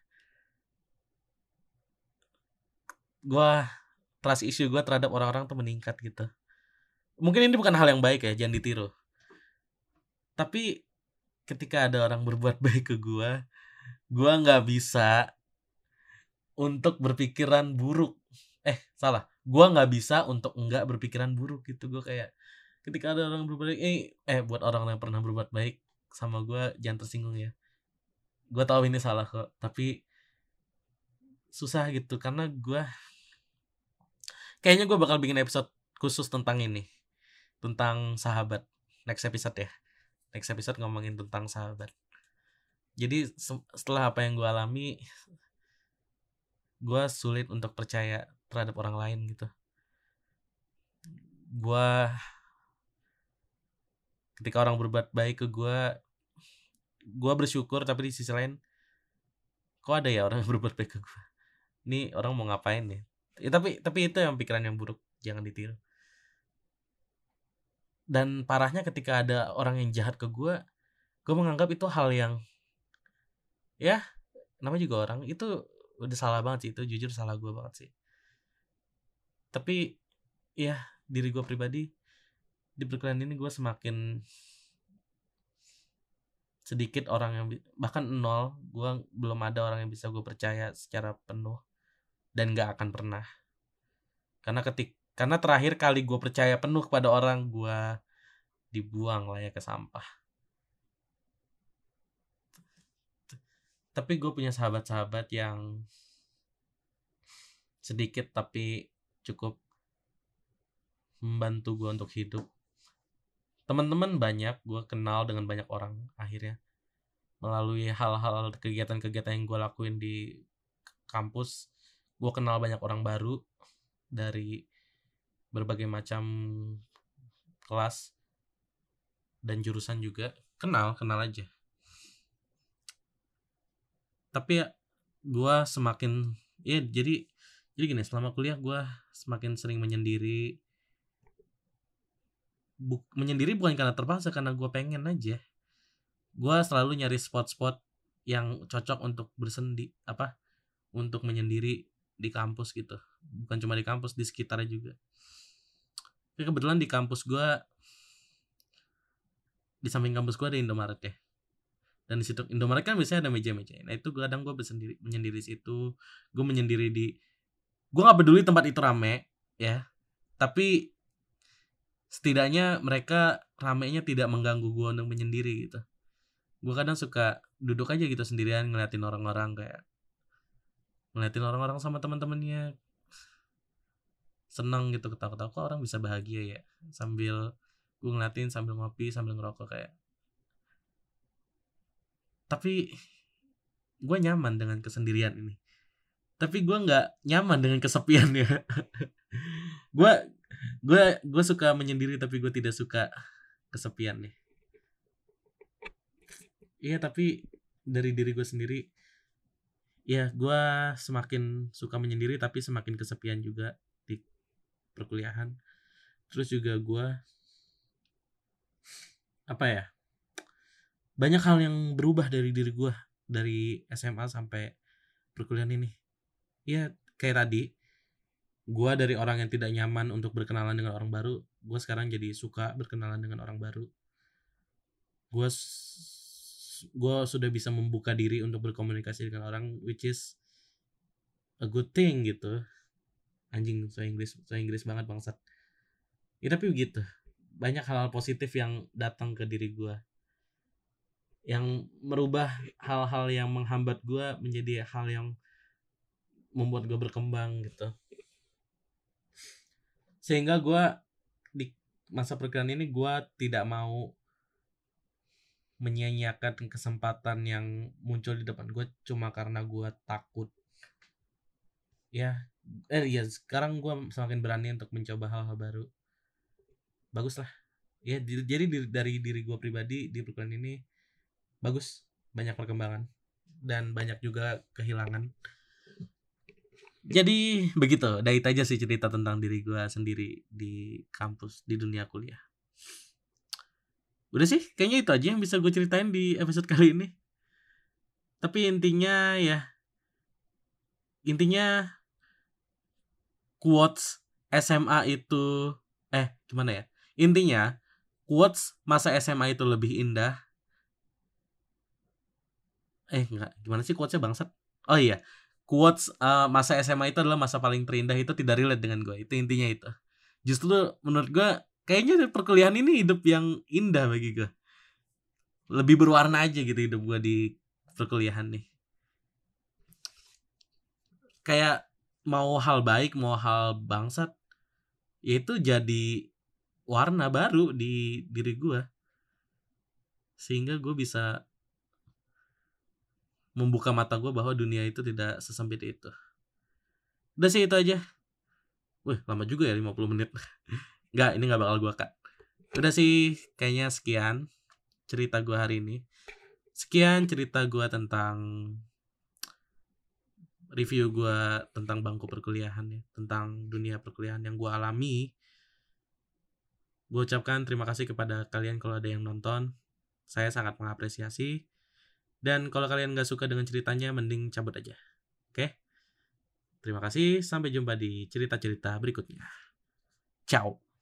A: gue trust issue gue terhadap orang-orang tuh meningkat gitu. Mungkin ini bukan hal yang baik ya, jangan ditiru. Tapi ketika ada orang berbuat baik ke gue nggak bisa untuk berpikiran buruk. Gue nggak bisa untuk nggak berpikiran buruk gitu. Gue kayak ketika ada orang berbuat baik, buat orang yang pernah berbuat baik, sama gue jangan tersinggung ya. Gue tahu ini salah kok, tapi susah gitu karena gue kayaknya gue bakal bikin episode khusus tentang ini, tentang sahabat. Next episode ngomongin tentang sahabat. Jadi setelah apa yang gue alami, gue sulit untuk percaya terhadap orang lain gitu. Gue ketika orang berbuat baik ke gue bersyukur, tapi di sisi lain kok ada ya orang yang berbuat baik ke gue, ini orang mau ngapain nih ya, tapi itu yang pikiran yang buruk, jangan ditiru. Dan parahnya ketika ada orang yang jahat ke gue menganggap itu hal yang ya namanya juga orang, itu udah salah banget sih, itu jujur salah gue banget sih. Tapi ya diri gue pribadi di perkuliahan ini gue semakin sedikit orang yang bahkan nol, gue belum ada orang yang bisa gue percaya secara penuh dan gak akan pernah. Karena terakhir kali gue percaya penuh kepada orang, gue dibuang lah ya ke sampah. Tapi gue punya sahabat-sahabat yang sedikit tapi cukup membantu gue untuk hidup. Teman-teman banyak, gue kenal dengan banyak orang akhirnya melalui hal-hal kegiatan-kegiatan yang gue lakuin di kampus. Gue kenal banyak orang baru dari berbagai macam kelas dan jurusan juga. Kenal aja. Tapi ya gue semakin jadi gini, selama kuliah gue semakin sering menyendiri. Menyendiri bukan karena terpaksa, karena gue pengen aja. Gue selalu nyari spot-spot yang cocok untuk untuk menyendiri di kampus gitu. Bukan cuma di kampus, di sekitarnya juga. Tapi kebetulan di kampus gue, di samping kampus gue ada Indomaret ya. Dan di situ Indomaret kan biasanya ada meja-meja. Nah itu kadang gue menyendiri situ. Gue menyendiri gue nggak peduli tempat itu rame ya, tapi setidaknya mereka ramenya tidak mengganggu gue untuk menyendiri gitu. Gue kadang suka duduk aja gitu sendirian, ngeliatin orang-orang sama teman-temannya senang gitu, ketawa-ketawa, kok orang bisa bahagia ya, sambil gue ngeliatin, sambil ngopi, sambil ngerokok kayak. Tapi gue nyaman dengan kesendirian ini, tapi gue nggak nyaman dengan kesepian ya. gue suka menyendiri, tapi gue tidak suka kesepian nih. Iya, tapi dari diri gue sendiri ya, gue semakin suka menyendiri tapi semakin kesepian juga di perkuliahan. Terus juga gue banyak hal yang berubah dari diri gue dari SMA sampai perkuliahan ini. Ya kayak tadi, gue dari orang yang tidak nyaman untuk berkenalan dengan orang baru, gue sekarang jadi suka berkenalan dengan orang baru. Gue sudah bisa membuka diri untuk berkomunikasi dengan orang, which is a good thing gitu. Anjing, so Inggris banget bangsat. Ya tapi begitu, banyak hal-hal positif yang datang ke diri gue, yang merubah hal-hal yang menghambat gue menjadi hal yang membuat gue berkembang gitu. Sehingga gue di masa perkuliahan ini gue tidak mau menyia-nyiakan kesempatan yang muncul di depan gue cuma karena gue takut. Ya, sekarang gue semakin berani untuk mencoba hal-hal baru. Bagus lah. Ya, jadi dari diri gue pribadi di perkuliahan ini bagus, banyak perkembangan dan banyak juga kehilangan. Jadi begitu, itu aja sih cerita tentang diri gue sendiri di kampus, di dunia kuliah. Udah sih, kayaknya itu aja yang bisa gue ceritain di episode kali ini. Tapi intinya quotes SMA itu gimana ya? Intinya quotes masa SMA itu lebih indah. Enggak, gimana sih quotesnya bangsat? Oh iya, quotes masa SMA itu adalah masa paling terindah, itu tidak relate dengan gue. Itu intinya itu. Justru menurut gue kayaknya perkuliahan ini hidup yang indah bagi gue. lebih berwarna aja gitu hidup gue di perkuliahan nih. Kayak mau hal baik mau hal bangsat, ya itu jadi warna baru di diri gue, sehingga gue bisa membuka mata gue bahwa dunia itu tidak sesempit itu. Udah sih itu aja. Wih, lama juga ya 50 menit. Nggak, ini nggak bakal gue cut. Udah sih, kayaknya sekian cerita gue hari ini. Sekian cerita gue tentang review gue tentang bangku perkuliahan ya, tentang dunia perkuliahan yang gue alami. Gue ucapkan terima kasih kepada kalian kalau ada yang nonton. Saya sangat mengapresiasi. Dan kalau kalian gak suka dengan ceritanya, mending cabut aja. Oke? Terima kasih, sampai jumpa di cerita-cerita berikutnya. Ciao.